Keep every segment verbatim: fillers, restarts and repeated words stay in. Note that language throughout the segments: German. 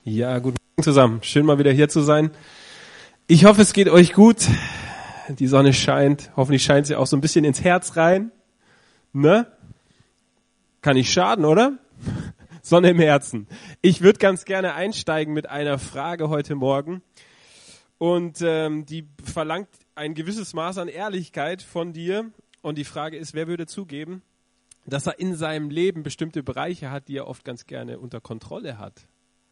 Ja, guten Morgen zusammen. Schön mal wieder hier zu sein. Ich hoffe, es geht euch gut. Die Sonne scheint. Hoffentlich scheint sie auch so ein bisschen ins Herz rein. Ne? Kann nicht schaden, oder? Sonne im Herzen. Ich würde ganz gerne einsteigen mit einer Frage heute Morgen. Und ähm, die verlangt ein gewisses Maß an Ehrlichkeit von dir. Und die Frage ist, wer würde zugeben, dass er in seinem Leben bestimmte Bereiche hat, die er oft ganz gerne unter Kontrolle hat?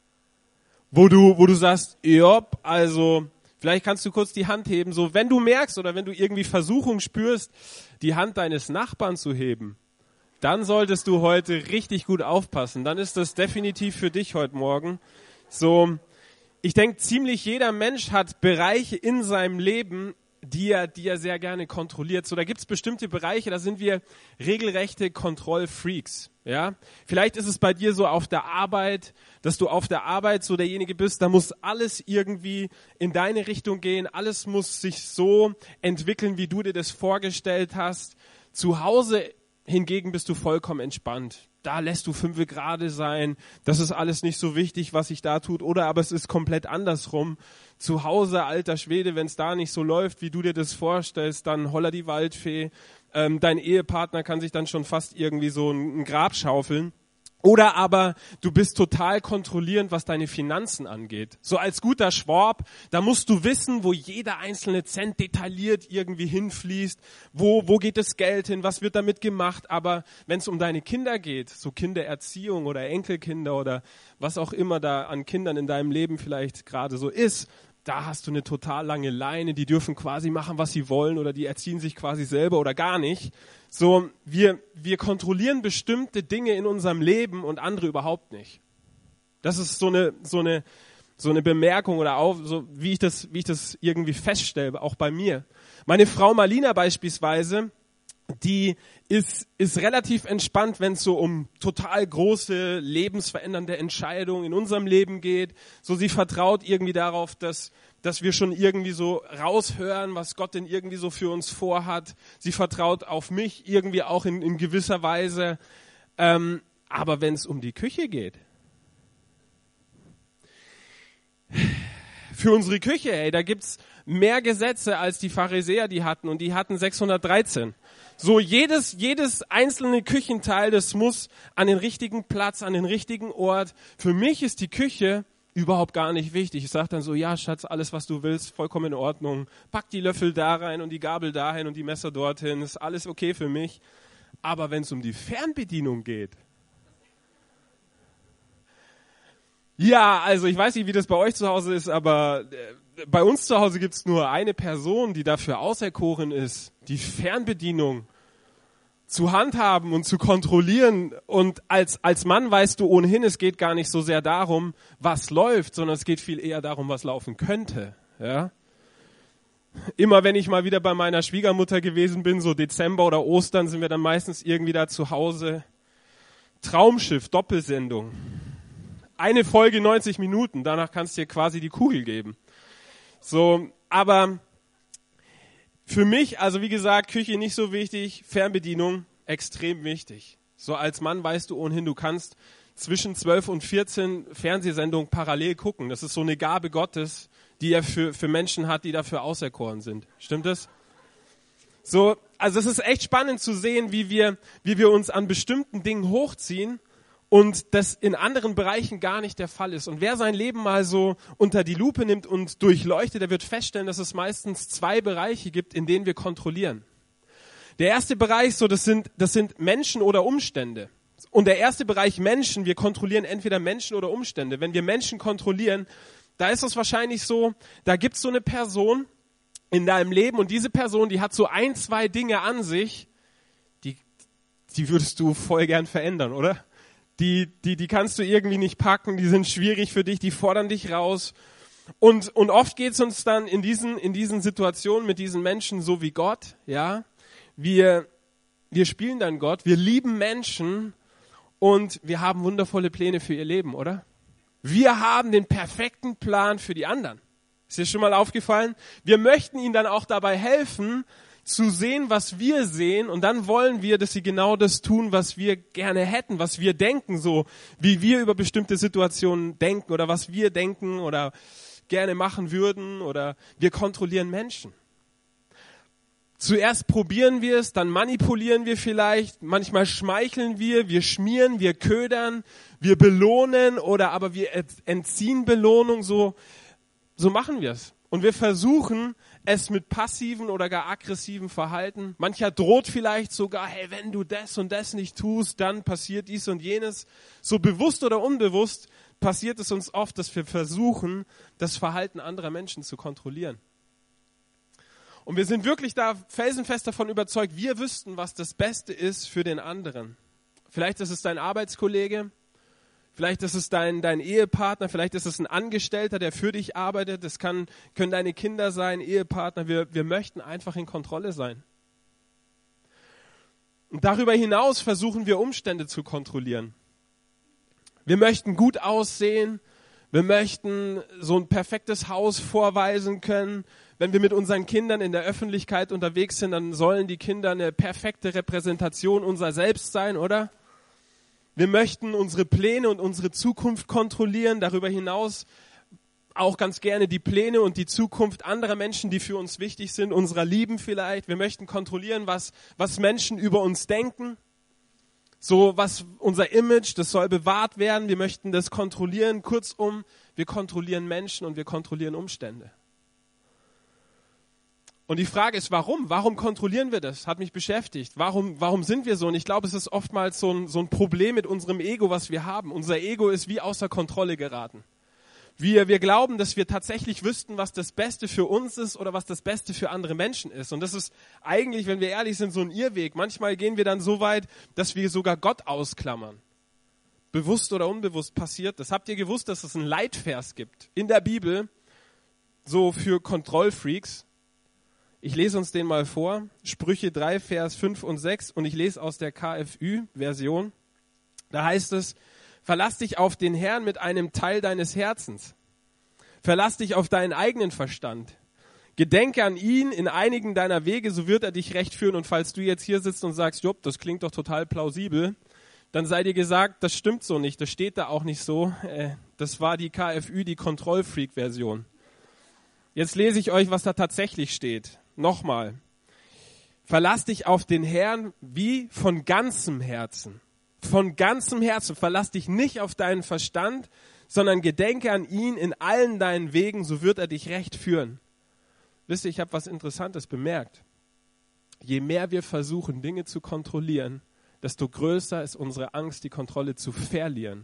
Wo du, wo du sagst, ja, also vielleicht kannst du kurz die Hand heben. So, wenn du merkst oder wenn du irgendwie Versuchung spürst, die Hand deines Nachbarn zu heben, dann solltest du heute richtig gut aufpassen. Dann ist das definitiv für dich heute Morgen. So, ich denke, ziemlich jeder Mensch hat Bereiche in seinem Leben, die er, die er sehr gerne kontrolliert. So, da gibt's bestimmte Bereiche, da sind wir regelrechte Kontrollfreaks. Ja, vielleicht ist es bei dir so auf der Arbeit, dass du auf der Arbeit so derjenige bist, da muss alles irgendwie in deine Richtung gehen, alles muss sich so entwickeln, wie du dir das vorgestellt hast. Zu Hause hingegen bist du vollkommen entspannt. Da lässt du fünfe gerade sein, das ist alles nicht so wichtig, was sich da tut. Oder aber es ist komplett andersrum. Zu Hause, alter Schwede, wenn es da nicht so läuft, wie du dir das vorstellst, dann holla die Waldfee. Ähm, dein Ehepartner kann sich dann schon fast irgendwie so ein, ein Grab schaufeln. Oder aber du bist total kontrollierend, was deine Finanzen angeht. So als guter Schwab, da musst du wissen, wo jeder einzelne Cent detailliert irgendwie hinfließt, wo wo geht das Geld hin, was wird damit gemacht. Aber wenn es um deine Kinder geht, so Kindererziehung oder Enkelkinder oder was auch immer da an Kindern in deinem Leben vielleicht gerade so ist, da hast du eine total lange Leine, die dürfen quasi machen, was sie wollen oder die erziehen sich quasi selber oder gar nicht. So, wir, wir kontrollieren bestimmte Dinge in unserem Leben und andere überhaupt nicht. Das ist so eine, so eine, so eine Bemerkung oder auch, so wie ich das, wie ich das irgendwie feststelle, auch bei mir. Meine Frau Marlina beispielsweise, die ist, ist relativ entspannt, wenn es so um total große, lebensverändernde Entscheidungen in unserem Leben geht. So, sie vertraut irgendwie darauf, dass, dass wir schon irgendwie so raushören, was Gott denn irgendwie so für uns vorhat. Sie vertraut auf mich irgendwie auch in, in gewisser Weise. Ähm, aber wenn es um die Küche geht, für unsere Küche, ey, da gibt's mehr Gesetze als die Pharisäer die hatten und die hatten sechshundertdreizehn. So jedes jedes einzelne Küchenteil, das muss an den richtigen Platz, an den richtigen Ort. Für mich ist die Küche überhaupt gar nicht wichtig. Ich sage dann so, ja Schatz, alles was du willst, vollkommen in Ordnung. Pack die Löffel da rein und die Gabel dahin und die Messer dorthin, ist alles okay für mich. Aber wenn es um die Fernbedienung geht, ja, also ich weiß nicht, wie das bei euch zu Hause ist, aber äh, bei uns zu Hause gibt's nur eine Person, die dafür auserkoren ist, die Fernbedienung zu handhaben und zu kontrollieren. Und als als Mann weißt du ohnehin, es geht gar nicht so sehr darum, was läuft, sondern es geht viel eher darum, was laufen könnte. Ja? Immer wenn ich mal wieder bei meiner Schwiegermutter gewesen bin, so Dezember oder Ostern, sind wir dann meistens irgendwie da zu Hause. Traumschiff, Doppelsendung. Eine Folge neunzig Minuten, danach kannst du dir quasi die Kugel geben. So, aber für mich, also wie gesagt, Küche nicht so wichtig, Fernbedienung extrem wichtig. So als Mann weißt du ohnehin, du kannst zwischen zwölf und vierzehn Fernsehsendungen parallel gucken. Das ist so eine Gabe Gottes, die er für, für Menschen hat, die dafür auserkoren sind. Stimmt das? So, also es ist echt spannend zu sehen, wie wir, wie wir uns an bestimmten Dingen hochziehen und das in anderen Bereichen gar nicht der Fall ist. Und wer sein Leben mal so unter die Lupe nimmt und durchleuchtet, der wird feststellen, dass es meistens zwei Bereiche gibt, in denen wir kontrollieren. Der erste Bereich, so das sind, das sind Menschen oder Umstände. Und der erste Bereich Menschen, wir kontrollieren entweder Menschen oder Umstände. Wenn wir Menschen kontrollieren, da ist es wahrscheinlich so, da gibt es so eine Person in deinem Leben und diese Person, die hat so ein, zwei Dinge an sich, die, die würdest du voll gern verändern, oder? Die, die, die kannst du irgendwie nicht packen, die sind schwierig für dich, die fordern dich raus. Und, und oft geht es uns dann in diesen, in diesen Situationen mit diesen Menschen so wie Gott, ja. Wir, wir spielen dann Gott, wir lieben Menschen und wir haben wundervolle Pläne für ihr Leben, oder? Wir haben den perfekten Plan für die anderen. Ist dir schon mal aufgefallen? Wir möchten ihnen dann auch dabei helfen, zu sehen, was wir sehen, und dann wollen wir, dass sie genau das tun, was wir gerne hätten, was wir denken, so wie wir über bestimmte Situationen denken oder was wir denken oder gerne machen würden, oder wir kontrollieren Menschen. Zuerst probieren wir es, dann manipulieren wir vielleicht, manchmal schmeicheln wir, wir schmieren, wir ködern, wir belohnen oder aber wir entziehen Belohnung, so, so machen wir es. Und wir versuchen es mit passiven oder gar aggressiven Verhalten. Mancher droht vielleicht sogar, hey, wenn du das und das nicht tust, dann passiert dies und jenes. So bewusst oder unbewusst passiert es uns oft, dass wir versuchen, das Verhalten anderer Menschen zu kontrollieren. Und wir sind wirklich da felsenfest davon überzeugt, wir wüssten, was das Beste ist für den anderen. Vielleicht ist es dein Arbeitskollege, vielleicht ist es dein, dein Ehepartner, vielleicht ist es ein Angestellter, der für dich arbeitet. Das kann, können deine Kinder sein, Ehepartner. Wir, wir möchten einfach in Kontrolle sein. Und darüber hinaus versuchen wir, Umstände zu kontrollieren. Wir möchten gut aussehen, wir möchten so ein perfektes Haus vorweisen können. Wenn wir mit unseren Kindern in der Öffentlichkeit unterwegs sind, dann sollen die Kinder eine perfekte Repräsentation unserer selbst sein, oder? Wir möchten unsere Pläne und unsere Zukunft kontrollieren, darüber hinaus auch ganz gerne die Pläne und die Zukunft anderer Menschen, die für uns wichtig sind, unserer Lieben vielleicht. Wir möchten kontrollieren, was, was Menschen über uns denken. So, was unser Image, das soll bewahrt werden. Wir möchten das kontrollieren. Kurzum, wir kontrollieren Menschen und wir kontrollieren Umstände. Und die Frage ist, warum? Warum kontrollieren wir das? Hat mich beschäftigt. Warum, warum sind wir so? Und ich glaube, es ist oftmals so ein, so ein Problem mit unserem Ego, was wir haben. Unser Ego ist wie außer Kontrolle geraten. Wir, wir glauben, dass wir tatsächlich wüssten, was das Beste für uns ist oder was das Beste für andere Menschen ist. Und das ist eigentlich, wenn wir ehrlich sind, so ein Irrweg. Manchmal gehen wir dann so weit, dass wir sogar Gott ausklammern. Bewusst oder unbewusst passiert das. Habt ihr gewusst, dass es einen Leitvers gibt in der Bibel, so für Kontrollfreaks? Ich lese uns den mal vor. Sprüche drei, Vers fünf und sechs. Und ich lese aus der K F Ü-Version. Da heißt es: Verlass dich auf den Herrn mit einem Teil deines Herzens. Verlass dich auf deinen eigenen Verstand. Gedenke an ihn in einigen deiner Wege, so wird er dich recht führen. Und falls du jetzt hier sitzt und sagst, Jupp, das klingt doch total plausibel, dann sei dir gesagt, das stimmt so nicht, das steht da auch nicht so. Das war die K F Ü, die Kontrollfreak-Version. Jetzt lese ich euch, was da tatsächlich steht. Nochmal. Verlass dich auf den Herrn wie von ganzem Herzen. Von ganzem Herzen. Verlass dich nicht auf deinen Verstand, sondern gedenke an ihn in allen deinen Wegen, so wird er dich recht führen. Wisst ihr, ich habe was Interessantes bemerkt. Je mehr wir versuchen, Dinge zu kontrollieren, desto größer ist unsere Angst, die Kontrolle zu verlieren.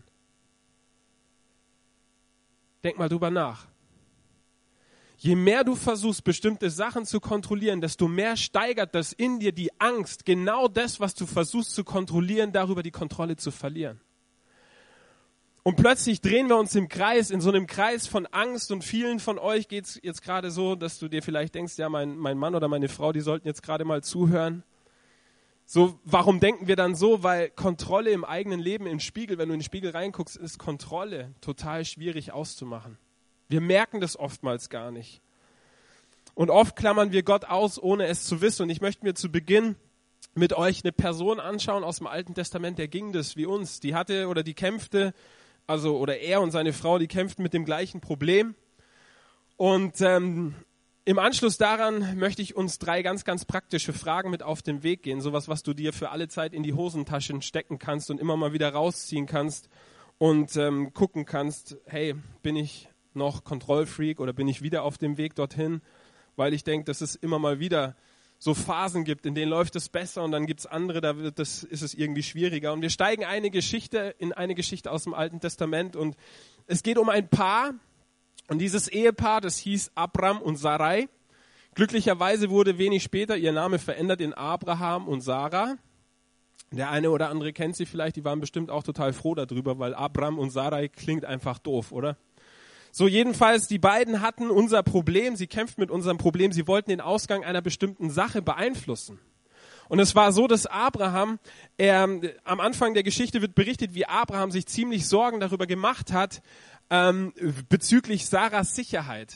Denk mal drüber nach. Je mehr du versuchst, bestimmte Sachen zu kontrollieren, desto mehr steigert das in dir die Angst, genau das, was du versuchst zu kontrollieren, darüber die Kontrolle zu verlieren. Und plötzlich drehen wir uns im Kreis, in so einem Kreis von Angst, und vielen von euch geht es jetzt gerade so, dass du dir vielleicht denkst, ja, mein, mein Mann oder meine Frau, die sollten jetzt gerade mal zuhören. So, warum denken wir dann so? Weil Kontrolle im eigenen Leben im Spiegel, wenn du in den Spiegel reinguckst, ist Kontrolle total schwierig auszumachen. Wir merken das oftmals gar nicht. Und oft klammern wir Gott aus, ohne es zu wissen. Und ich möchte mir zu Beginn mit euch eine Person anschauen aus dem Alten Testament, der ging das wie uns. Die hatte oder die kämpfte, also oder er und seine Frau, die kämpften mit dem gleichen Problem. Und ähm, im Anschluss daran möchte ich uns drei ganz, ganz praktische Fragen mit auf den Weg gehen. Sowas, was du dir für alle Zeit in die Hosentaschen stecken kannst und immer mal wieder rausziehen kannst und ähm, gucken kannst, hey, bin ich noch Kontrollfreak oder bin ich wieder auf dem Weg dorthin? Weil ich denke, dass es immer mal wieder so Phasen gibt, in denen läuft es besser und dann gibt es andere, da wird das, ist es irgendwie schwieriger. Und wir steigen eine Geschichte in eine Geschichte aus dem Alten Testament und es geht um ein Paar und dieses Ehepaar, das hieß Abram und Sarai. Glücklicherweise wurde wenig später ihr Name verändert in Abraham und Sarah. Der eine oder andere kennt sie vielleicht, die waren bestimmt auch total froh darüber, weil Abram und Sarai klingt einfach doof, oder? So jedenfalls, die beiden hatten unser Problem, sie kämpften mit unserem Problem, sie wollten den Ausgang einer bestimmten Sache beeinflussen. Und es war so, dass Abraham, er, am Anfang der Geschichte wird berichtet, wie Abraham sich ziemlich Sorgen darüber gemacht hat, ähm, bezüglich Sarahs Sicherheit.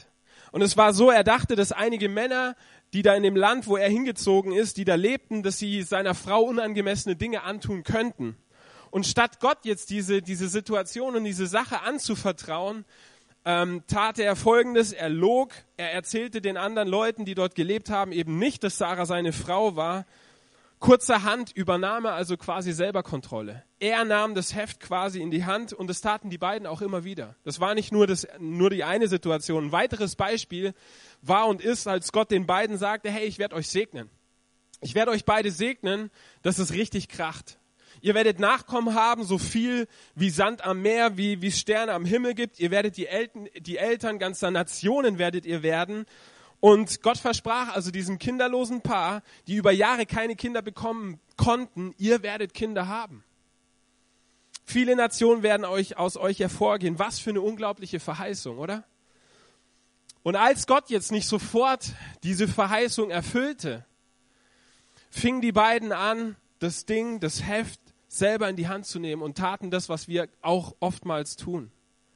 Und es war so, er dachte, dass einige Männer, die da in dem Land, wo er hingezogen ist, die da lebten, dass sie seiner Frau unangemessene Dinge antun könnten. Und statt Gott jetzt diese, diese Situation und diese Sache anzuvertrauen, ähm, tat er Folgendes, er log, er erzählte den anderen Leuten, die dort gelebt haben, eben nicht, dass Sarah seine Frau war. Kurzerhand übernahm er also quasi selber Kontrolle. Er nahm das Heft quasi in die Hand und das taten die beiden auch immer wieder. Das war nicht nur, das, nur die eine Situation. Ein weiteres Beispiel war und ist, als Gott den beiden sagte, hey, ich werde euch segnen. Ich werde euch beide segnen, dass es richtig kracht. Ihr werdet Nachkommen haben, so viel wie Sand am Meer, wie wie es Sterne am Himmel gibt. Ihr werdet die Eltern, die Eltern ganzer Nationen werdet ihr werden. Und Gott versprach also diesem kinderlosen Paar, die über Jahre keine Kinder bekommen konnten, ihr werdet Kinder haben. Viele Nationen werden euch aus euch hervorgehen. Was für eine unglaubliche Verheißung, oder? Und als Gott jetzt nicht sofort diese Verheißung erfüllte, fingen die beiden an, das Ding, das Heft selber in die Hand zu nehmen und taten das, was wir auch oftmals tun.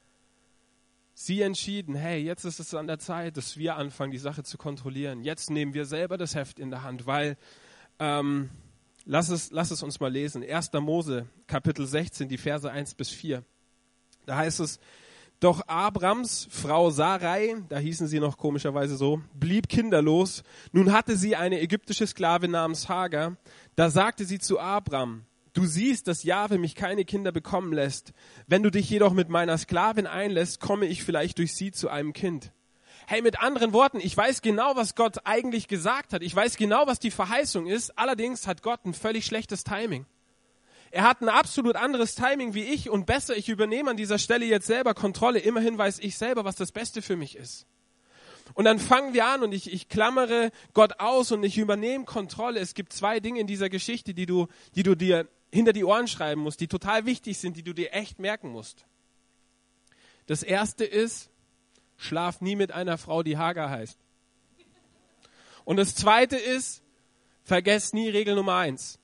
Sie entschieden, hey, jetzt ist es an der Zeit, dass wir anfangen, die Sache zu kontrollieren. Jetzt nehmen wir selber das Heft in der Hand, weil, ähm, lass es, lass es uns mal lesen. erster Mose, Kapitel sechzehn, die Verse eins bis vier. Da heißt es, doch Abrams Frau Sarai, da hießen sie noch komischerweise so, blieb kinderlos. Nun hatte sie eine ägyptische Sklavin namens Hagar. Da sagte sie zu Abram, du siehst, dass Jahwe mich keine Kinder bekommen lässt. Wenn du dich jedoch mit meiner Sklavin einlässt, komme ich vielleicht durch sie zu einem Kind. Hey, mit anderen Worten, ich weiß genau, was Gott eigentlich gesagt hat. Ich weiß genau, was die Verheißung ist. Allerdings hat Gott ein völlig schlechtes Timing. Er hat ein absolut anderes Timing wie ich und besser, ich übernehme an dieser Stelle jetzt selber Kontrolle. Immerhin weiß ich selber, was das Beste für mich ist. Und dann fangen wir an und ich, ich klammere Gott aus und ich übernehme Kontrolle. Es gibt zwei Dinge in dieser Geschichte, die du, die du dir hinter die Ohren schreiben musst, die total wichtig sind, die du dir echt merken musst. Das erste ist, schlaf nie mit einer Frau, die Hagar heißt. Und das zweite ist, vergess nie Regel Nummer eins.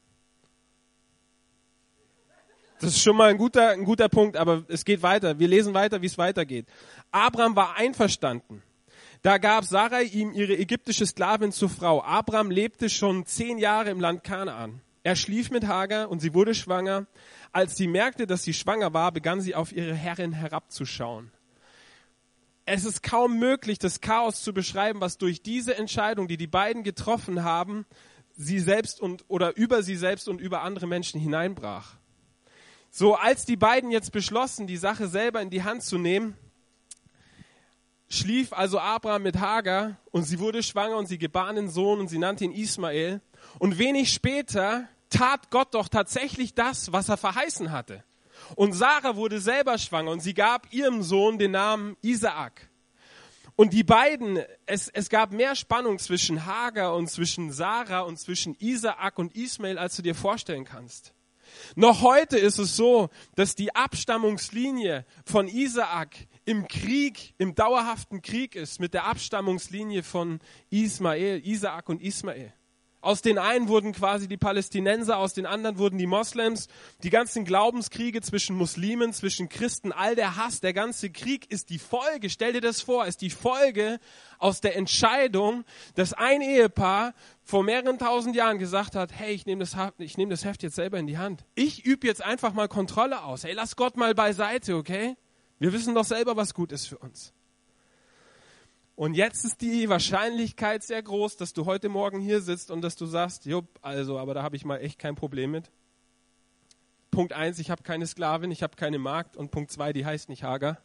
Das ist schon mal ein guter, ein guter Punkt, aber es geht weiter. Wir lesen weiter, wie es weitergeht. Abraham war einverstanden. Da gab Sarai ihm ihre ägyptische Sklavin zur Frau. Abraham lebte schon zehn Jahre im Land Kanaan. Er schlief mit Hagar und sie wurde schwanger. Als sie merkte, dass sie schwanger war, begann sie auf ihre Herrin herabzuschauen. Es ist kaum möglich, das Chaos zu beschreiben, was durch diese Entscheidung, die die beiden getroffen haben, sie selbst und oder über sie selbst und über andere Menschen hineinbrach. So, als die beiden jetzt beschlossen, die Sache selber in die Hand zu nehmen, schlief also Abraham mit Hagar und sie wurde schwanger und sie gebar einen Sohn und sie nannte ihn Ismael. Und wenig später tat Gott doch tatsächlich das, was er verheißen hatte. Und Sarah wurde selber schwanger und sie gab ihrem Sohn den Namen Isaak. Und die beiden, es, es gab mehr Spannung zwischen Hagar und zwischen Sarah und zwischen Isaak und Ismael, als du dir vorstellen kannst. Noch heute ist es so, dass die Abstammungslinie von Isaak im Krieg, im dauerhaften Krieg ist mit der Abstammungslinie von Ismael, Isaak und Ismael. Aus den einen wurden quasi die Palästinenser, aus den anderen wurden die Moslems. Die ganzen Glaubenskriege zwischen Muslimen, zwischen Christen, all der Hass, der ganze Krieg ist die Folge, stell dir das vor, ist die Folge aus der Entscheidung, dass ein Ehepaar vor mehreren tausend Jahren gesagt hat, hey, ich nehme das, ich nehme das Heft jetzt selber in die Hand. Ich übe jetzt einfach mal Kontrolle aus. Hey, lass Gott mal beiseite, okay? Wir wissen doch selber, was gut ist für uns. Und jetzt ist die Wahrscheinlichkeit sehr groß, dass du heute Morgen hier sitzt und dass du sagst, jupp, also, aber da habe ich mal echt kein Problem mit. Punkt eins, ich habe keine Sklavin, ich habe keine Magd. Und Punkt zwei, die heißt nicht Hagar.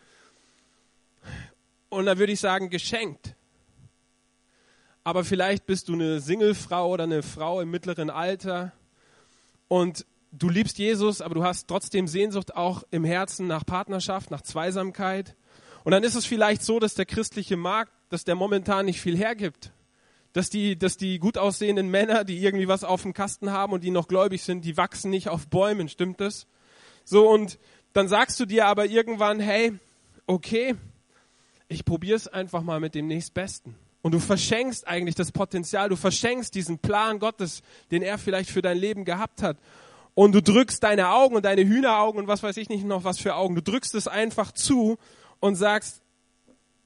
Und da würde ich sagen, geschenkt. Aber vielleicht bist du eine Singlefrau oder eine Frau im mittleren Alter und du liebst Jesus, aber du hast trotzdem Sehnsucht auch im Herzen nach Partnerschaft, nach Zweisamkeit. Und dann ist es vielleicht so, dass der christliche Markt, dass der momentan nicht viel hergibt. Dass die, dass die gut aussehenden Männer, die irgendwie was auf dem Kasten haben und die noch gläubig sind, die wachsen nicht auf Bäumen, stimmt das? So, und dann sagst du dir aber irgendwann, hey, okay, ich probiere es einfach mal mit dem Nächstbesten. Und du verschenkst eigentlich das Potenzial, du verschenkst diesen Plan Gottes, den er vielleicht für dein Leben gehabt hat. Und du drückst deine Augen und deine Hühneraugen und was weiß ich nicht noch was für Augen, du drückst es einfach zu und sagst,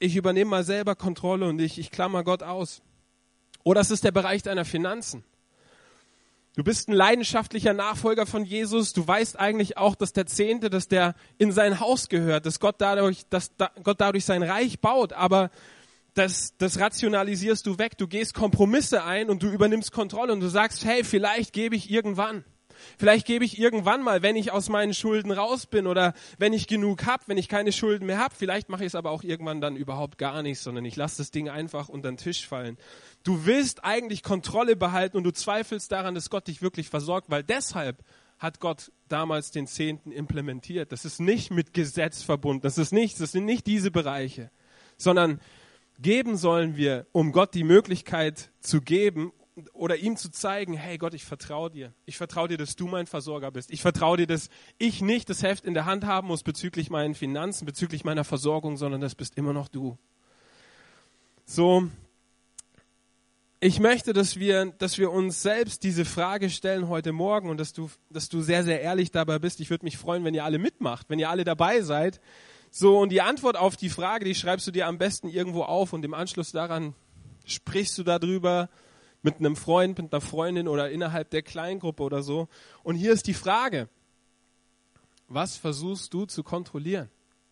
ich übernehme mal selber Kontrolle und ich, ich klammer Gott aus. Oder es ist der Bereich deiner Finanzen. Du bist ein leidenschaftlicher Nachfolger von Jesus. Du weißt eigentlich auch, dass der Zehnte, dass der in sein Haus gehört, dass Gott dadurch, dass Gott dadurch sein Reich baut. Aber das, das rationalisierst du weg. Du gehst Kompromisse ein und du übernimmst Kontrolle und du sagst, hey, vielleicht gebe ich irgendwann. Vielleicht gebe ich irgendwann mal, wenn ich aus meinen Schulden raus bin oder wenn ich genug habe, wenn ich keine Schulden mehr habe. Vielleicht mache ich es aber auch irgendwann dann überhaupt gar nicht, sondern ich lasse das Ding einfach unter den Tisch fallen. Du willst eigentlich Kontrolle behalten und du zweifelst daran, dass Gott dich wirklich versorgt, weil deshalb hat Gott damals den Zehnten implementiert. Das ist nicht mit Gesetz verbunden, das ist nicht, das sind nicht diese Bereiche, sondern geben sollen wir, um Gott die Möglichkeit zu geben, oder ihm zu zeigen, hey Gott, ich vertraue dir. Ich vertraue dir, dass du mein Versorger bist. Ich vertraue dir, dass ich nicht das Heft in der Hand haben muss bezüglich meinen Finanzen, bezüglich meiner Versorgung, sondern das bist immer noch du. So, ich möchte, dass wir, dass wir uns selbst diese Frage stellen heute Morgen und dass du, dass du sehr, sehr ehrlich dabei bist. Ich würde mich freuen, wenn ihr alle mitmacht, wenn ihr alle dabei seid. So, und die Antwort auf die Frage, die schreibst du dir am besten irgendwo auf und im Anschluss daran sprichst du darüber mit einem Freund, mit einer Freundin oder innerhalb der Kleingruppe oder so. Und hier ist die Frage, was versuchst du zu kontrollieren?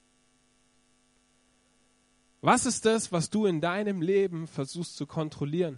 Was ist das, was du in deinem Leben versuchst zu kontrollieren?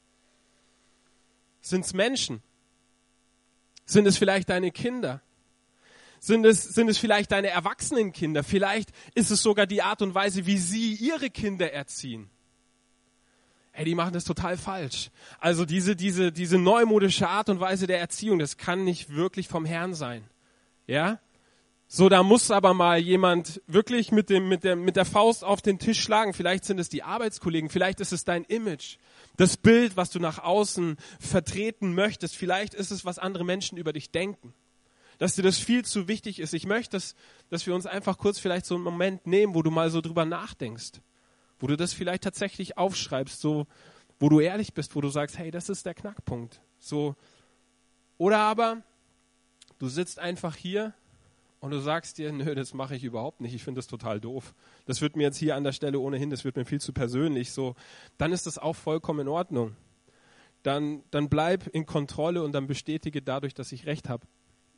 Sind es Menschen? Sind es vielleicht deine Kinder? Sind es, sind es vielleicht deine Erwachsenenkinder? Vielleicht ist es sogar die Art und Weise, wie sie ihre Kinder erziehen. Hey, die machen das total falsch. Also diese, diese, diese neumodische Art und Weise der Erziehung, das kann nicht wirklich vom Herrn sein. Ja? So, da muss aber mal jemand wirklich mit dem, mit der, mit der Faust auf den Tisch schlagen. Vielleicht sind es die Arbeitskollegen, vielleicht ist es dein Image. Das Bild, was du nach außen vertreten möchtest. Vielleicht ist es, was andere Menschen über dich denken. Dass dir das viel zu wichtig ist. Ich möchte, dass, dass wir uns einfach kurz vielleicht so einen Moment nehmen, wo du mal so drüber nachdenkst. Wo du das vielleicht tatsächlich aufschreibst, so, wo du ehrlich bist, wo du sagst, hey, das ist der Knackpunkt. So. Oder aber, du sitzt einfach hier und du sagst dir, nö, das mache ich überhaupt nicht, ich finde das total doof. Das wird mir jetzt hier an der Stelle ohnehin, das wird mir viel zu persönlich. So, dann ist das auch vollkommen in Ordnung. Dann, dann bleib in Kontrolle und dann bestätige dadurch, dass ich recht habe.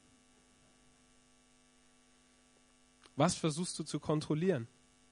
Was versuchst du zu kontrollieren?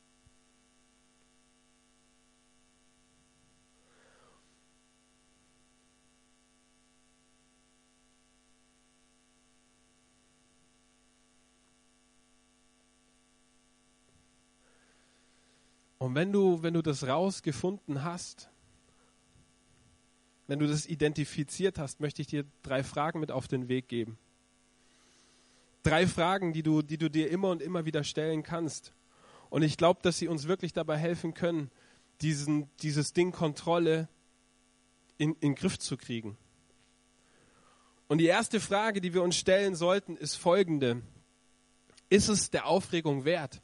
Und wenn du, wenn du das rausgefunden hast, wenn du das identifiziert hast, möchte ich dir drei Fragen mit auf den Weg geben. Drei Fragen, die du, die du dir immer und immer wieder stellen kannst. Und ich glaube, dass sie uns wirklich dabei helfen können, diesen, dieses Ding Kontrolle in, in den Griff zu kriegen. Und die erste Frage, die wir uns stellen sollten, ist folgende. Ist es der Aufregung wert?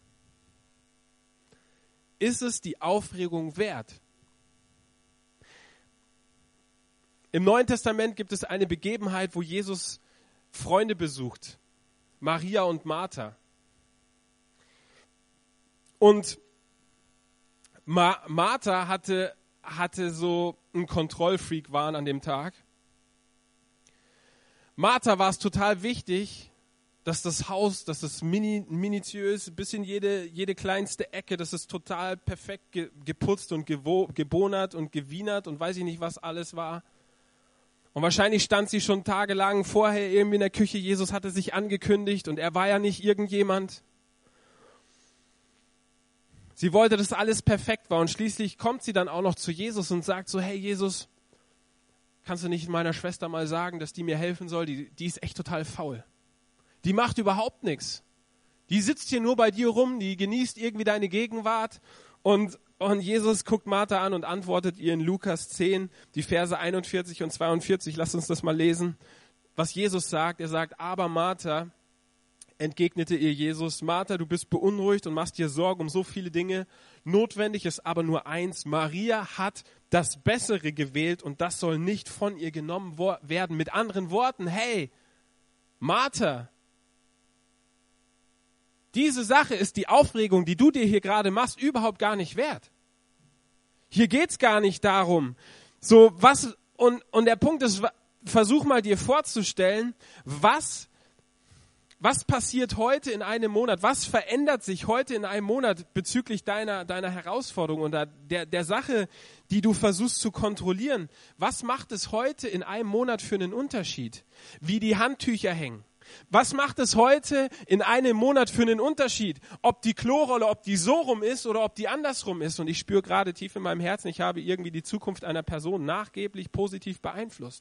Ist es die Aufregung wert? Im Neuen Testament gibt es eine Begebenheit, wo Jesus Freunde besucht, Maria und Martha. Und Ma- Martha hatte, hatte so einen Kontrollfreak-Wahn an dem Tag. Martha war es total wichtig, dass das Haus, dass es mini, minutiös, bis in jede, jede kleinste Ecke, dass es total perfekt ge, geputzt und gewo, gebonert und gewienert und weiß ich nicht, was alles war. Und wahrscheinlich stand sie schon tagelang vorher irgendwie in der Küche. Jesus hatte sich angekündigt und er war ja nicht irgendjemand. Sie wollte, dass alles perfekt war und schließlich kommt sie dann auch noch zu Jesus und sagt so, hey Jesus, kannst du nicht meiner Schwester mal sagen, dass die mir helfen soll? Die, die ist echt total faul. Die macht überhaupt nichts. Die sitzt hier nur bei dir rum, die genießt irgendwie deine Gegenwart. Und, und Jesus guckt Martha an und antwortet ihr in Lukas zehn, die Verse einundvierzig und zweiundvierzig. Lasst uns das mal lesen, was Jesus sagt. Er sagt, aber Martha, entgegnete ihr Jesus, Martha, du bist beunruhigt und machst dir Sorgen um so viele Dinge. Notwendig ist aber nur eins. Maria hat das Bessere gewählt und das soll nicht von ihr genommen werden. Mit anderen Worten, hey, Martha, Diese Sache ist die Aufregung, die du dir hier gerade machst, überhaupt gar nicht wert. Hier geht's gar nicht darum, so was, und, und der Punkt ist, versuch mal dir vorzustellen, was, was passiert heute in einem Monat, was verändert sich heute in einem Monat bezüglich deiner, deiner Herausforderung und der, der Sache, die du versuchst zu kontrollieren. Was macht es heute in einem Monat für einen Unterschied? Wie die Handtücher hängen. Was macht es heute in einem Monat für einen Unterschied? Ob die Klorolle, ob die so rum ist oder ob die andersrum ist. Und ich spüre gerade tief in meinem Herzen, ich habe irgendwie die Zukunft einer Person nachgeblich positiv beeinflusst.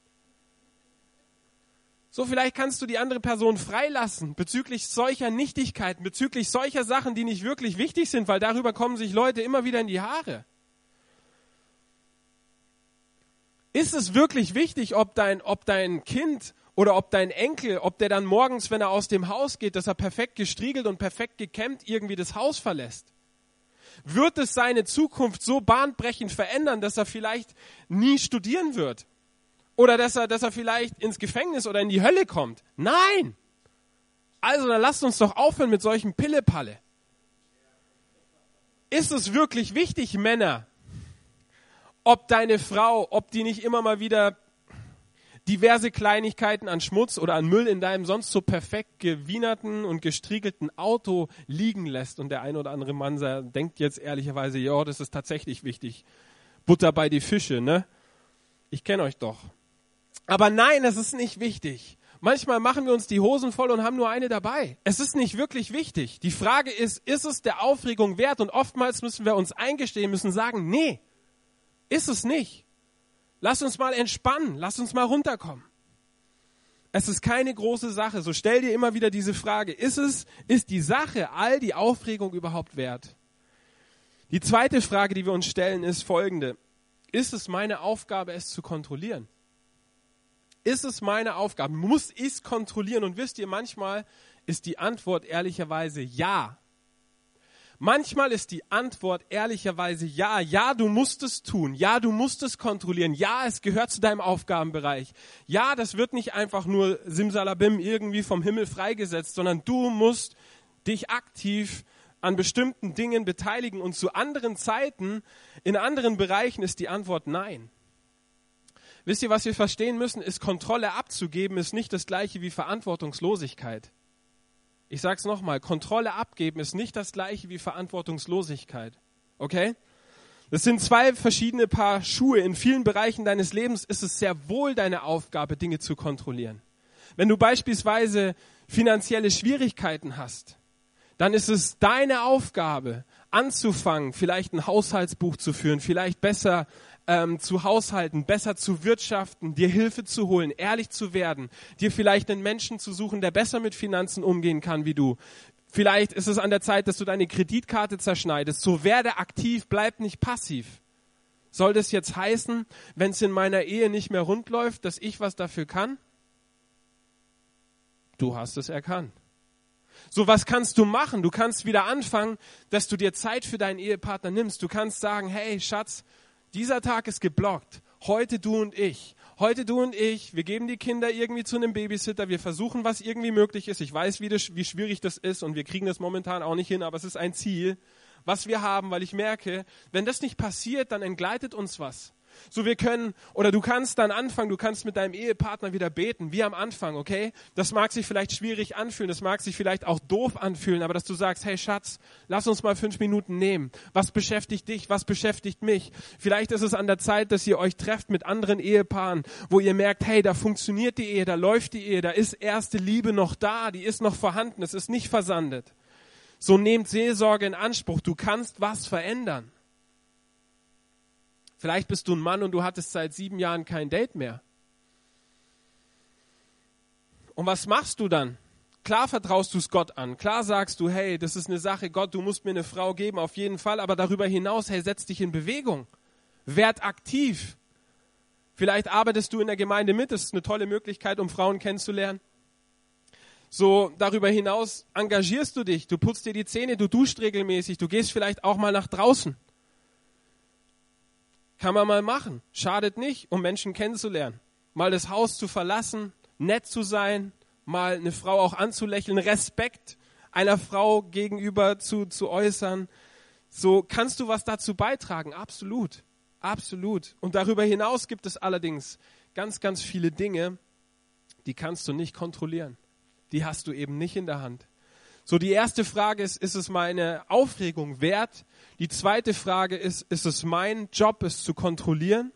So, vielleicht kannst du die andere Person freilassen bezüglich solcher Nichtigkeiten, bezüglich solcher Sachen, die nicht wirklich wichtig sind, weil darüber kommen sich Leute immer wieder in die Haare. Ist es wirklich wichtig, ob dein, ob dein Kind oder ob dein Enkel, ob der dann morgens, wenn er aus dem Haus geht, dass er perfekt gestriegelt und perfekt gekämmt irgendwie das Haus verlässt? Wird es seine Zukunft so bahnbrechend verändern, dass er vielleicht nie studieren wird? Oder dass er, dass er vielleicht ins Gefängnis oder in die Hölle kommt? Nein! Also dann lasst uns doch aufhören mit solchen Pillepalle. Ist es wirklich wichtig, Männer, ob deine Frau, ob die nicht immer mal wieder diverse Kleinigkeiten an Schmutz oder an Müll in deinem sonst so perfekt gewienerten und gestriegelten Auto liegen lässt. Und der ein oder andere Mann denkt jetzt ehrlicherweise, ja, das ist tatsächlich wichtig. Butter bei die Fische, ne? Ich kenne euch doch. Aber nein, das ist nicht wichtig. Manchmal machen wir uns die Hosen voll und haben nur eine dabei. Es ist nicht wirklich wichtig. Die Frage ist, ist es der Aufregung wert? Und oftmals müssen wir uns eingestehen, müssen sagen, nee, ist es nicht. Lass uns mal entspannen, lass uns mal runterkommen. Es ist keine große Sache. So stell dir immer wieder diese Frage, ist es, ist die Sache all die Aufregung überhaupt wert? Die zweite Frage, die wir uns stellen, ist folgende. Ist es meine Aufgabe, es zu kontrollieren? Ist es meine Aufgabe? Muss ich es kontrollieren? Und wisst ihr, manchmal ist die Antwort ehrlicherweise ja. Manchmal ist die Antwort ehrlicherweise ja. Ja, du musst es tun. Ja, du musst es kontrollieren. Ja, es gehört zu deinem Aufgabenbereich. Ja, das wird nicht einfach nur simsalabim irgendwie vom Himmel freigesetzt, sondern du musst dich aktiv an bestimmten Dingen beteiligen. Und zu anderen Zeiten, in anderen Bereichen ist die Antwort nein. Wisst ihr, was wir verstehen müssen, ist, Kontrolle abzugeben, ist nicht das Gleiche wie Verantwortungslosigkeit. Ich sage es nochmal, Kontrolle abgeben ist nicht das Gleiche wie Verantwortungslosigkeit. Okay? Das sind zwei verschiedene Paar Schuhe. In vielen Bereichen deines Lebens ist es sehr wohl deine Aufgabe, Dinge zu kontrollieren. Wenn du beispielsweise finanzielle Schwierigkeiten hast, dann ist es deine Aufgabe, anzufangen, vielleicht ein Haushaltsbuch zu führen, vielleicht besser ähm, zu haushalten, besser zu wirtschaften, dir Hilfe zu holen, ehrlich zu werden, dir vielleicht einen Menschen zu suchen, der besser mit Finanzen umgehen kann wie du. Vielleicht ist es an der Zeit, dass du deine Kreditkarte zerschneidest. So werde aktiv, bleib nicht passiv. Soll das jetzt heißen, wenn es in meiner Ehe nicht mehr rund läuft, dass ich was dafür kann? Du hast es erkannt. So, was kannst du machen? Du kannst wieder anfangen, dass du dir Zeit für deinen Ehepartner nimmst. Du kannst sagen, hey Schatz, dieser Tag ist geblockt. Heute du und ich. Heute du und ich. Wir geben die Kinder irgendwie zu einem Babysitter. Wir versuchen, was irgendwie möglich ist. Ich weiß, wie, das, wie schwierig das ist und wir kriegen das momentan auch nicht hin, aber es ist ein Ziel, was wir haben, weil ich merke, wenn das nicht passiert, dann entgleitet uns was. So, wir können, oder du kannst dann anfangen, du kannst mit deinem Ehepartner wieder beten, wie am Anfang, okay? Das mag sich vielleicht schwierig anfühlen, das mag sich vielleicht auch doof anfühlen, aber dass du sagst, hey Schatz, lass uns mal fünf Minuten nehmen. Was beschäftigt dich, was beschäftigt mich? Vielleicht ist es an der Zeit, dass ihr euch trefft mit anderen Ehepaaren, wo ihr merkt, hey, da funktioniert die Ehe, da läuft die Ehe, da ist erste Liebe noch da, die ist noch vorhanden, es ist nicht versandet. So, nehmt Seelsorge in Anspruch, du kannst was verändern. Vielleicht bist du ein Mann und du hattest seit sieben Jahren kein Date mehr. Und was machst du dann? Klar vertraust du es Gott an. Klar sagst du, hey, das ist eine Sache, Gott, du musst mir eine Frau geben, auf jeden Fall. Aber darüber hinaus, hey, setz dich in Bewegung. Werd aktiv. Vielleicht arbeitest du in der Gemeinde mit. Das ist eine tolle Möglichkeit, um Frauen kennenzulernen. So, darüber hinaus engagierst du dich. Du putzt dir die Zähne, du duscht regelmäßig. Du gehst vielleicht auch mal nach draußen. Kann man mal machen. Schadet nicht, um Menschen kennenzulernen. Mal das Haus zu verlassen, nett zu sein, mal eine Frau auch anzulächeln, Respekt einer Frau gegenüber zu, zu äußern. So, kannst du was dazu beitragen? Absolut, absolut. Und darüber hinaus gibt es allerdings ganz, ganz viele Dinge, die kannst du nicht kontrollieren. Die hast du eben nicht in der Hand. So, die erste Frage ist, ist es meine Aufregung wert? Die zweite Frage ist, ist es mein Job, es zu kontrollieren?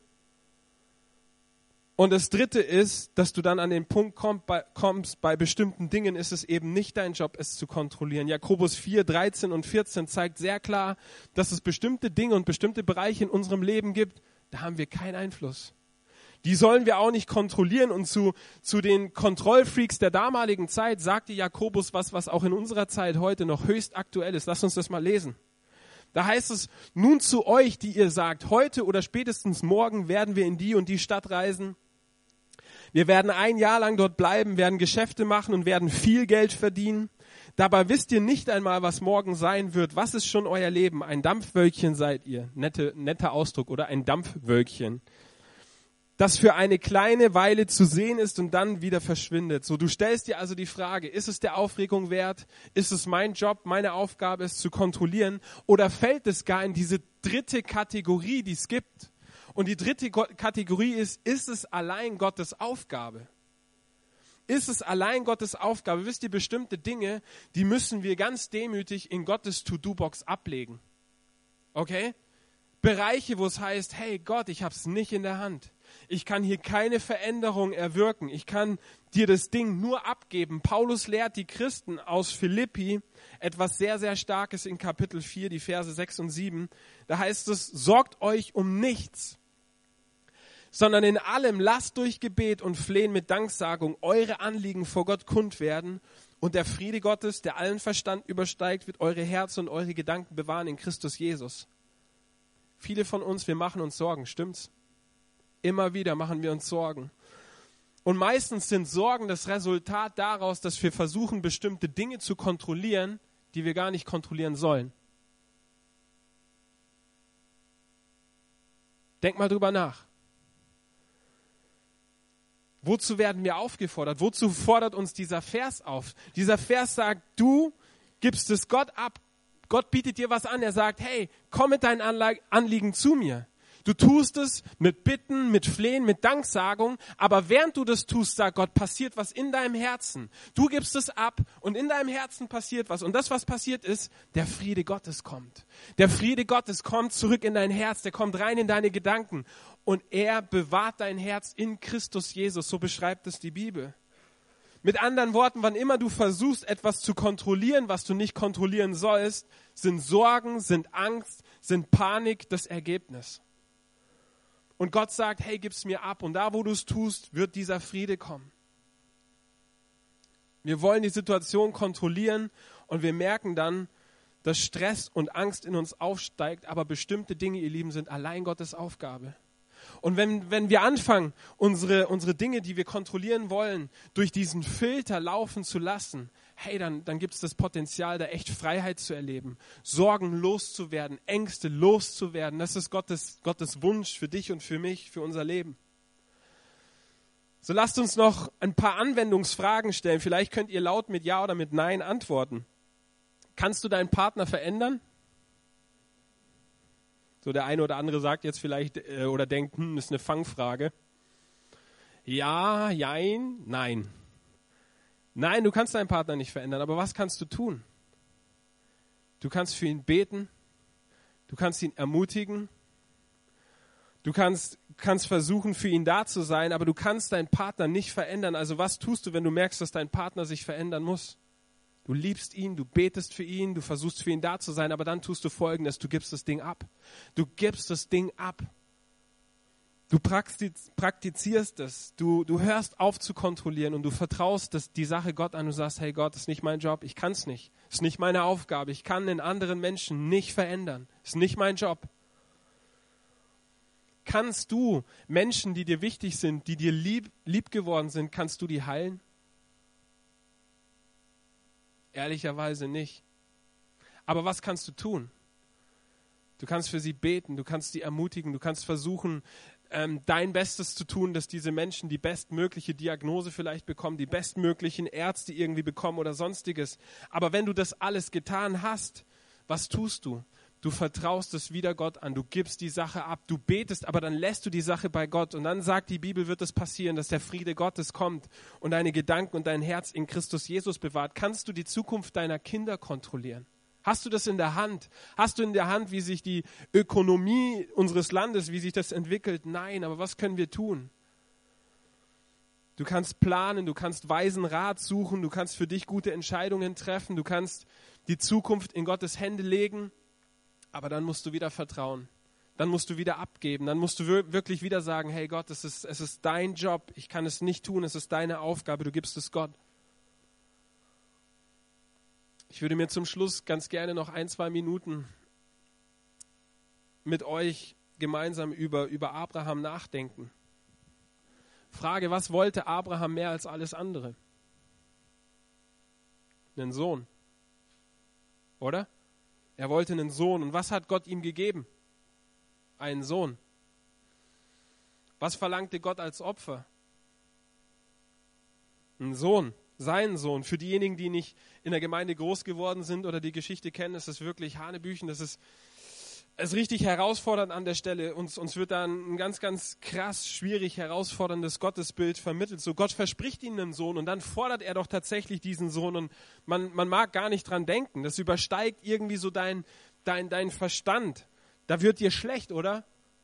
Und das dritte ist, dass du dann an den Punkt komm, bei, kommst, bei bestimmten Dingen ist es eben nicht dein Job, es zu kontrollieren. Jakobus vier, dreizehn und vierzehn zeigt sehr klar, dass es bestimmte Dinge und bestimmte Bereiche in unserem Leben gibt, da haben wir keinen Einfluss. Die sollen wir auch nicht kontrollieren. Und zu, zu den Kontrollfreaks der damaligen Zeit sagte Jakobus was, was auch in unserer Zeit heute noch höchst aktuell ist. Lass uns das mal lesen. Da heißt es, nun zu euch, die ihr sagt, heute oder spätestens morgen werden wir in die und die Stadt reisen. Wir werden ein Jahr lang dort bleiben, werden Geschäfte machen und werden viel Geld verdienen. Dabei wisst ihr nicht einmal, was morgen sein wird. Was ist schon euer Leben? Ein Dampfwölkchen seid ihr. Nette, netter Ausdruck, oder? Ein Dampfwölkchen, das für eine kleine Weile zu sehen ist und dann wieder verschwindet. So, du stellst dir also die Frage, ist es der Aufregung wert? Ist es mein Job, meine Aufgabe, es zu kontrollieren? Oder fällt es gar in diese dritte Kategorie, die es gibt? Und die dritte Kategorie ist, ist es allein Gottes Aufgabe? Ist es allein Gottes Aufgabe? Wisst ihr, bestimmte Dinge, die müssen wir ganz demütig in Gottes To-Do-Box ablegen. Okay? Bereiche, wo es heißt, hey Gott, ich habe es nicht in der Hand. Ich kann hier keine Veränderung erwirken. Ich kann dir das Ding nur abgeben. Paulus lehrt die Christen aus Philippi etwas sehr, sehr Starkes in Kapitel vier, die Verse sechs und sieben. Da heißt es, sorgt euch um nichts, sondern in allem lasst durch Gebet und Flehen mit Danksagung eure Anliegen vor Gott kund werden. Und der Friede Gottes, der allen Verstand übersteigt, wird eure Herzen und eure Gedanken bewahren in Christus Jesus. Viele von uns, wir machen uns Sorgen, stimmt's? Immer wieder machen wir uns Sorgen. Und meistens sind Sorgen das Resultat daraus, dass wir versuchen, bestimmte Dinge zu kontrollieren, die wir gar nicht kontrollieren sollen. Denk mal drüber nach. Wozu werden wir aufgefordert? Wozu fordert uns dieser Vers auf? Dieser Vers sagt, du gibst es Gott ab. Gott bietet dir was an. Er sagt, hey, komm mit deinen Anliegen zu mir. Du tust es mit Bitten, mit Flehen, mit Danksagung, aber während du das tust, sagt Gott, passiert was in deinem Herzen. Du gibst es ab und in deinem Herzen passiert was. Und das, was passiert ist, der Friede Gottes kommt. Der Friede Gottes kommt zurück in dein Herz, der kommt rein in deine Gedanken und er bewahrt dein Herz in Christus Jesus. So beschreibt es die Bibel. Mit anderen Worten, wann immer du versuchst, etwas zu kontrollieren, was du nicht kontrollieren sollst, sind Sorgen, sind Angst, sind Panik das Ergebnis. Und Gott sagt, hey, gib's mir ab. Und da, wo du es tust, wird dieser Friede kommen. Wir wollen die Situation kontrollieren und wir merken dann, dass Stress und Angst in uns aufsteigt. Aber bestimmte Dinge, ihr Lieben, sind allein Gottes Aufgabe. Und wenn, wenn wir anfangen, unsere, unsere Dinge, die wir kontrollieren wollen, durch diesen Filter laufen zu lassen, hey, dann, dann gibt es das Potenzial, da echt Freiheit zu erleben, Sorgen loszuwerden, Ängste loszuwerden. Das ist Gottes, Gottes Wunsch für dich und für mich, für unser Leben. So lasst uns noch ein paar Anwendungsfragen stellen. Vielleicht könnt ihr laut mit Ja oder mit Nein antworten. Kannst du deinen Partner verändern? So der eine oder andere sagt jetzt vielleicht äh, oder denkt, hm, das ist eine Fangfrage. Ja, jein, nein. Nein, du kannst deinen Partner nicht verändern, aber was kannst du tun? Du kannst für ihn beten, du kannst ihn ermutigen, du kannst, kannst versuchen, für ihn da zu sein, aber du kannst deinen Partner nicht verändern. Also was tust du, wenn du merkst, dass dein Partner sich verändern muss? Du liebst ihn, du betest für ihn, du versuchst für ihn da zu sein, aber dann tust du Folgendes, du gibst das Ding ab. Du gibst das Ding ab. Du praktizierst es, du, du hörst auf zu kontrollieren und du vertraust das, die Sache Gott an. Du sagst, hey Gott, das ist nicht mein Job, ich kann es nicht. Das ist nicht meine Aufgabe, ich kann den anderen Menschen nicht verändern. Das ist nicht mein Job. Kannst du Menschen, die dir wichtig sind, die dir lieb, lieb geworden sind, kannst du die heilen? Ehrlicherweise nicht. Aber was kannst du tun? Du kannst für sie beten, du kannst sie ermutigen, du kannst versuchen, ähm, dein Bestes zu tun, dass diese Menschen die bestmögliche Diagnose vielleicht bekommen, die bestmöglichen Ärzte irgendwie bekommen oder sonstiges. Aber wenn du das alles getan hast, was tust du? Du vertraust es wieder Gott an, du gibst die Sache ab, du betest, aber dann lässt du die Sache bei Gott. Und dann sagt die Bibel, wird es passieren, dass der Friede Gottes kommt und deine Gedanken und dein Herz in Christus Jesus bewahrt. Kannst du die Zukunft deiner Kinder kontrollieren? Hast du das in der Hand? Hast du in der Hand, wie sich die Ökonomie unseres Landes, wie sich das entwickelt? Nein, aber was können wir tun? Du kannst planen, du kannst weisen Rat suchen, du kannst für dich gute Entscheidungen treffen, du kannst die Zukunft in Gottes Hände legen, aber dann musst du wieder vertrauen. Dann musst du wieder abgeben, dann musst du wirklich wieder sagen, hey Gott, es ist, es ist dein Job, ich kann es nicht tun, es ist deine Aufgabe, du gibst es Gott. Ich würde mir zum Schluss ganz gerne noch ein, zwei Minuten mit euch gemeinsam über, über Abraham nachdenken. Frage, was wollte Abraham mehr als alles andere? Einen Sohn. Oder? Er wollte einen Sohn. Und was hat Gott ihm gegeben? Einen Sohn. Was verlangte Gott als Opfer? Einen Sohn. Seinen Sohn. Für diejenigen, die nicht in der Gemeinde groß geworden sind oder die Geschichte kennen, ist es wirklich Hanebüchen. Das ist, ist richtig herausfordernd an der Stelle. Uns, uns wird da ein ganz, ganz krass, schwierig herausforderndes Gottesbild vermittelt. So, Gott verspricht ihnen einen Sohn und dann fordert er doch tatsächlich diesen Sohn und man, man mag gar nicht dran denken. Das übersteigt irgendwie so dein, dein, dein Verstand. Da wird dir schlecht, oder?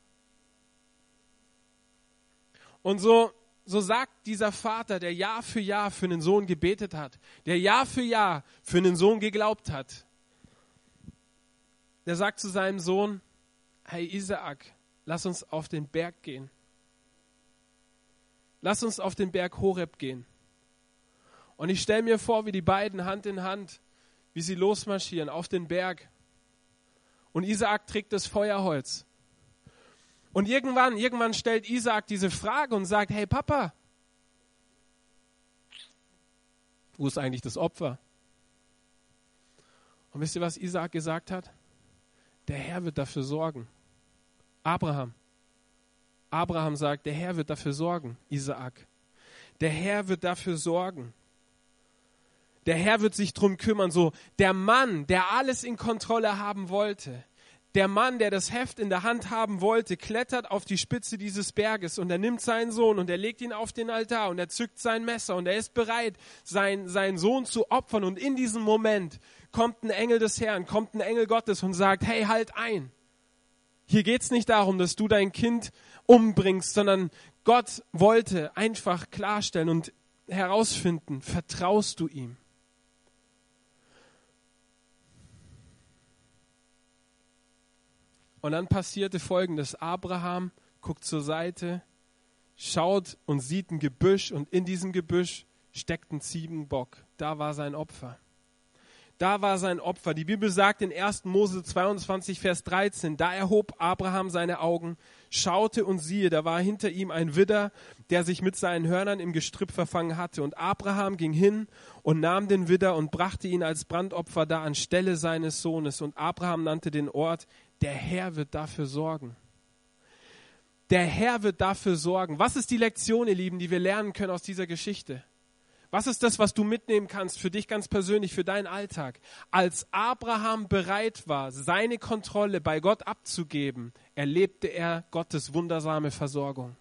Und so, So sagt dieser Vater, der Jahr für Jahr für einen Sohn gebetet hat, der Jahr für Jahr für einen Sohn geglaubt hat, der sagt zu seinem Sohn, hey Isaak, lass uns auf den Berg gehen. Lass uns auf den Berg Horeb gehen. Und ich stelle mir vor, wie die beiden Hand in Hand, wie sie losmarschieren auf den Berg. Und Isaak trägt das Feuerholz. Und irgendwann, irgendwann stellt Isaak diese Frage und sagt, hey Papa, wo ist eigentlich das Opfer? Und wisst ihr, was Isaak gesagt hat? Der Herr wird dafür sorgen. Abraham. Abraham sagt, der Herr wird dafür sorgen, Isaak. Der Herr wird dafür sorgen. Der Herr wird sich drum kümmern. So, der Mann, der alles in Kontrolle haben wollte, der Mann, der das Heft in der Hand haben wollte, klettert auf die Spitze dieses Berges und er nimmt seinen Sohn und er legt ihn auf den Altar und er zückt sein Messer und er ist bereit, sein, seinen Sohn zu opfern. Und in diesem Moment kommt ein Engel des Herrn, kommt ein Engel Gottes und sagt, hey, halt ein. Hier geht's nicht darum, dass du dein Kind umbringst, sondern Gott wollte einfach klarstellen und herausfinden, vertraust du ihm? Und dann passierte Folgendes. Abraham guckt zur Seite, schaut und sieht ein Gebüsch und in diesem Gebüsch steckt ein Ziegenbock. Da war sein Opfer. Da war sein Opfer. Die Bibel sagt in erster Mose zweiundzwanzig, Vers dreizehn, da erhob Abraham seine Augen, schaute und siehe, da war hinter ihm ein Widder, der sich mit seinen Hörnern im Gestrüpp verfangen hatte. Und Abraham ging hin und nahm den Widder und brachte ihn als Brandopfer da anstelle seines Sohnes. Und Abraham nannte den Ort, der Herr wird dafür sorgen. Der Herr wird dafür sorgen. Was ist die Lektion, ihr Lieben, die wir lernen können aus dieser Geschichte? Was ist das, was du mitnehmen kannst für dich ganz persönlich, für deinen Alltag? Als Abraham bereit war, seine Kontrolle bei Gott abzugeben, erlebte er Gottes wundersame Versorgung.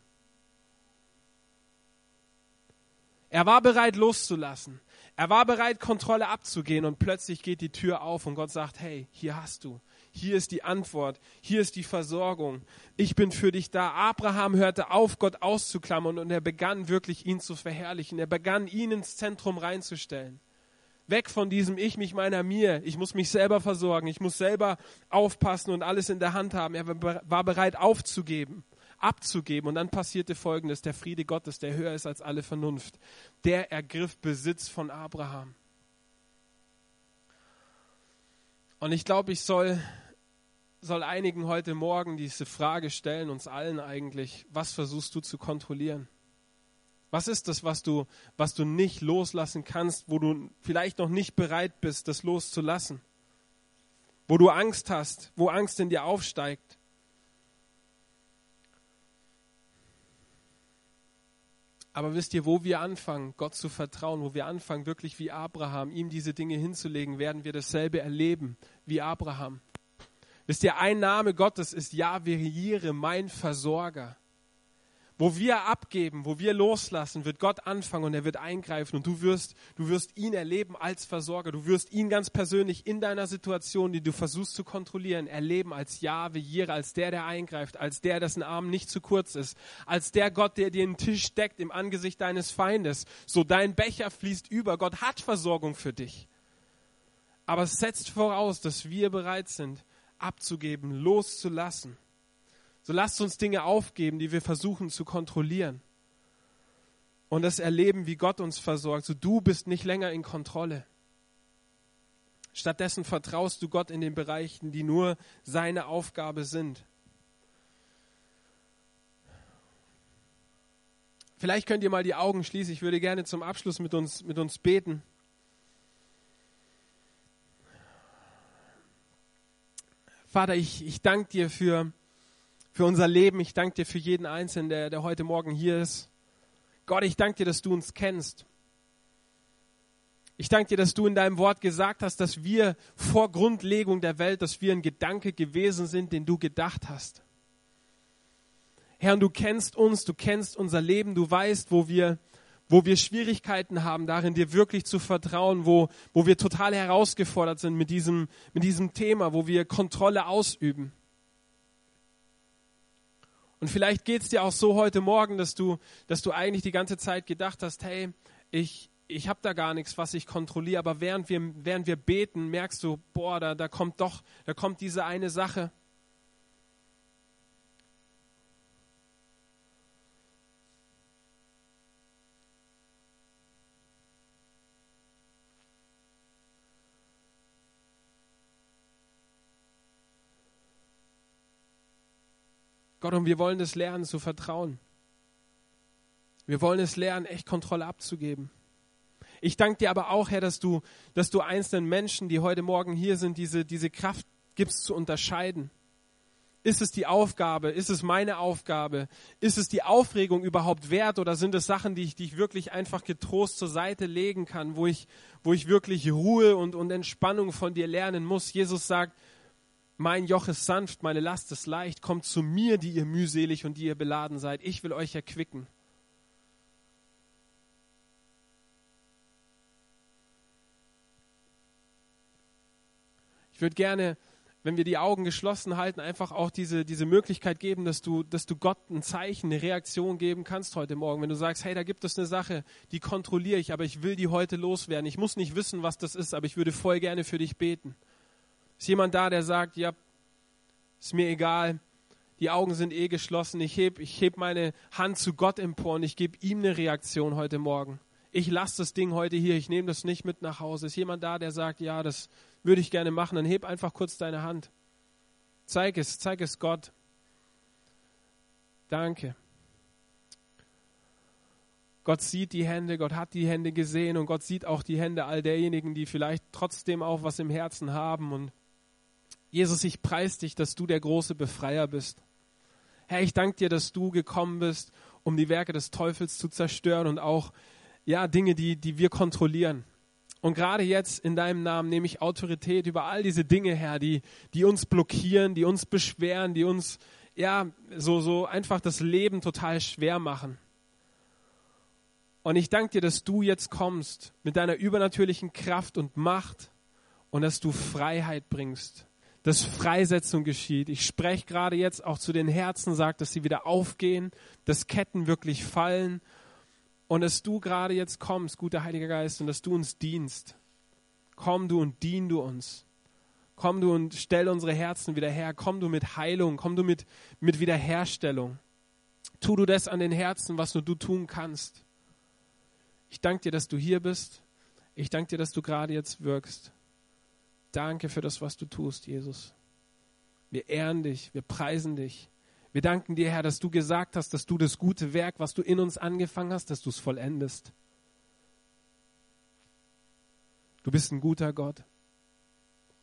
Er war bereit loszulassen. Er war bereit, Kontrolle abzugehen und plötzlich geht die Tür auf und Gott sagt, hey, hier hast du. Hier ist die Antwort, hier ist die Versorgung. Ich bin für dich da. Abraham hörte auf, Gott auszuklammern und er begann wirklich, ihn zu verherrlichen. Er begann, ihn ins Zentrum reinzustellen. Weg von diesem Ich, mich, meiner, mir. Ich muss mich selber versorgen. Ich muss selber aufpassen und alles in der Hand haben. Er war bereit aufzugeben, abzugeben. Und dann passierte Folgendes. Der Friede Gottes, der höher ist als alle Vernunft, der ergriff Besitz von Abraham. Und ich glaube, ich soll... soll einigen heute Morgen diese Frage stellen, uns allen eigentlich, was versuchst du zu kontrollieren? Was ist das, was du, was du nicht loslassen kannst, wo du vielleicht noch nicht bereit bist, das loszulassen? wo du Angst hast, wo Angst in dir aufsteigt. Aber wisst ihr, wo wir anfangen, Gott zu vertrauen, wo wir anfangen, wirklich wie Abraham, ihm diese Dinge hinzulegen, werden wir dasselbe erleben wie Abraham. Wisst ihr, ein Name Gottes ist Jahwe Jireh, mein Versorger. Wo wir abgeben, wo wir loslassen, wird Gott anfangen und er wird eingreifen und du wirst, du wirst ihn erleben als Versorger. Du wirst ihn ganz persönlich in deiner Situation, die du versuchst zu kontrollieren, erleben als Jahwe Jireh, als der, der eingreift, als der, dessen Arm nicht zu kurz ist, als der Gott, der dir den Tisch deckt im Angesicht deines Feindes. So dein Becher fließt über. Gott hat Versorgung für dich. Aber es setzt voraus, dass wir bereit sind, abzugeben, loszulassen. So lasst uns Dinge aufgeben, die wir versuchen zu kontrollieren. Und das erleben, wie Gott uns versorgt. So du bist nicht länger in Kontrolle. Stattdessen vertraust du Gott in den Bereichen, die nur seine Aufgabe sind. Vielleicht könnt ihr mal die Augen schließen. Ich würde gerne zum Abschluss mit uns, mit uns beten. Vater, ich, ich danke dir für... für unser Leben. Ich danke dir für jeden Einzelnen, der, der heute Morgen hier ist. Gott, ich danke dir, dass du uns kennst. Ich danke dir, dass du in deinem Wort gesagt hast, dass wir vor Grundlegung der Welt, dass wir ein Gedanke gewesen sind, den du gedacht hast. Herr, und du kennst uns, du kennst unser Leben, du weißt, wo wir, wo wir Schwierigkeiten haben, darin dir wirklich zu vertrauen, wo, wo wir total herausgefordert sind mit diesem, mit diesem Thema, wo wir Kontrolle ausüben. Und vielleicht geht es dir auch so heute Morgen, dass du, dass du eigentlich die ganze Zeit gedacht hast, hey, ich, ich habe da gar nichts, was ich kontrolliere. Aber während wir, während wir beten, merkst du, boah, da, da kommt doch, da kommt diese eine Sache. Gott, und wir wollen es lernen zu vertrauen. Wir wollen es lernen, echt Kontrolle abzugeben. Ich danke dir aber auch, Herr, dass du, dass du einzelnen Menschen, die heute Morgen hier sind, diese, diese Kraft gibst zu unterscheiden. Ist es die Aufgabe? Ist es meine Aufgabe? Ist es die Aufregung überhaupt wert? Oder sind es Sachen, die ich, die ich wirklich einfach getrost zur Seite legen kann, wo ich, wo ich wirklich Ruhe und, und Entspannung von dir lernen muss? Jesus sagt, mein Joch ist sanft, meine Last ist leicht. Kommt zu mir, die ihr mühselig und die ihr beladen seid. Ich will euch erquicken. Ich würde gerne, wenn wir die Augen geschlossen halten, einfach auch diese, diese Möglichkeit geben, dass du, dass du Gott ein Zeichen, eine Reaktion geben kannst heute Morgen. Wenn du sagst, hey, da gibt es eine Sache, die kontrolliere ich, aber ich will die heute loswerden. Ich muss nicht wissen, was das ist, aber ich würde voll gerne für dich beten. Ist jemand da, der sagt, ja, ist mir egal, die Augen sind eh geschlossen, ich heb, ich heb meine Hand zu Gott empor und ich gebe ihm eine Reaktion heute Morgen. Ich lasse das Ding heute hier, ich nehme das nicht mit nach Hause. Ist jemand da, der sagt, ja, das würde ich gerne machen, dann heb einfach kurz deine Hand. Zeig es, zeig es Gott. Danke. Gott sieht die Hände, Gott hat die Hände gesehen und Gott sieht auch die Hände all derjenigen, die vielleicht trotzdem auch was im Herzen haben. Und Jesus, ich preise dich, dass du der große Befreier bist. Herr, ich danke dir, dass du gekommen bist, um die Werke des Teufels zu zerstören und auch ja, Dinge, die, die wir kontrollieren. Und gerade jetzt in deinem Namen nehme ich Autorität über all diese Dinge, Herr, die, die uns blockieren, die uns beschweren, die uns ja so, so einfach das Leben total schwer machen. Und ich danke dir, dass du jetzt kommst mit deiner übernatürlichen Kraft und Macht und dass du Freiheit bringst, dass Freisetzung geschieht. Ich spreche gerade jetzt auch zu den Herzen, sag, dass sie wieder aufgehen, dass Ketten wirklich fallen und dass du gerade jetzt kommst, guter Heiliger Geist, und dass du uns dienst. Komm du und dien du uns. Komm du und stell unsere Herzen wieder her. Komm du mit Heilung, komm du mit, mit Wiederherstellung. Tu du das an den Herzen, was nur du tun kannst. Ich danke dir, dass du hier bist. Ich danke dir, dass du gerade jetzt wirkst. Danke für das, was du tust, Jesus. Wir ehren dich, wir preisen dich. Wir danken dir, Herr, dass du gesagt hast, dass du das gute Werk, was du in uns angefangen hast, dass du es vollendest. Du bist ein guter Gott.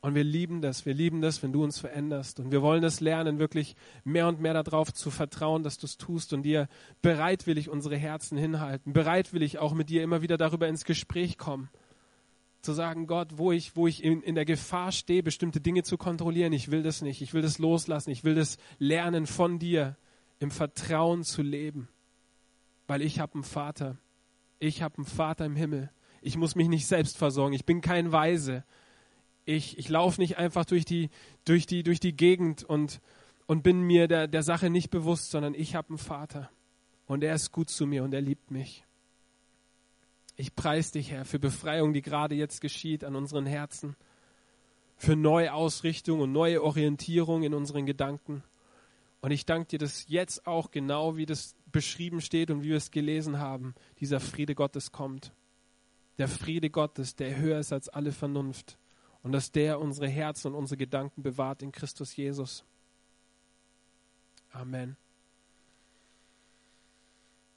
Und wir lieben das, wir lieben das, wenn du uns veränderst. Und wir wollen es lernen, wirklich mehr und mehr darauf zu vertrauen, dass du es tust und dir bereitwillig unsere Herzen hinhalten, bereitwillig auch mit dir immer wieder darüber ins Gespräch kommen. Zu sagen, Gott, wo ich, wo ich in, in der Gefahr stehe, bestimmte Dinge zu kontrollieren, ich will das nicht, ich will das loslassen, ich will das lernen von dir, im Vertrauen zu leben. Weil ich habe einen Vater, ich habe einen Vater im Himmel. Ich muss mich nicht selbst versorgen, ich bin kein Weise. Ich, ich laufe nicht einfach durch die, durch die, durch die Gegend und, und bin mir der, der Sache nicht bewusst, sondern ich habe einen Vater und er ist gut zu mir und er liebt mich. Ich preise dich, Herr, für Befreiung, die gerade jetzt geschieht an unseren Herzen, für neue Ausrichtung und neue Orientierung in unseren Gedanken. Und ich danke dir, dass jetzt auch genau, wie das beschrieben steht und wie wir es gelesen haben, dieser Friede Gottes kommt. Der Friede Gottes, der höher ist als alle Vernunft. Und dass der unsere Herzen und unsere Gedanken bewahrt in Christus Jesus. Amen.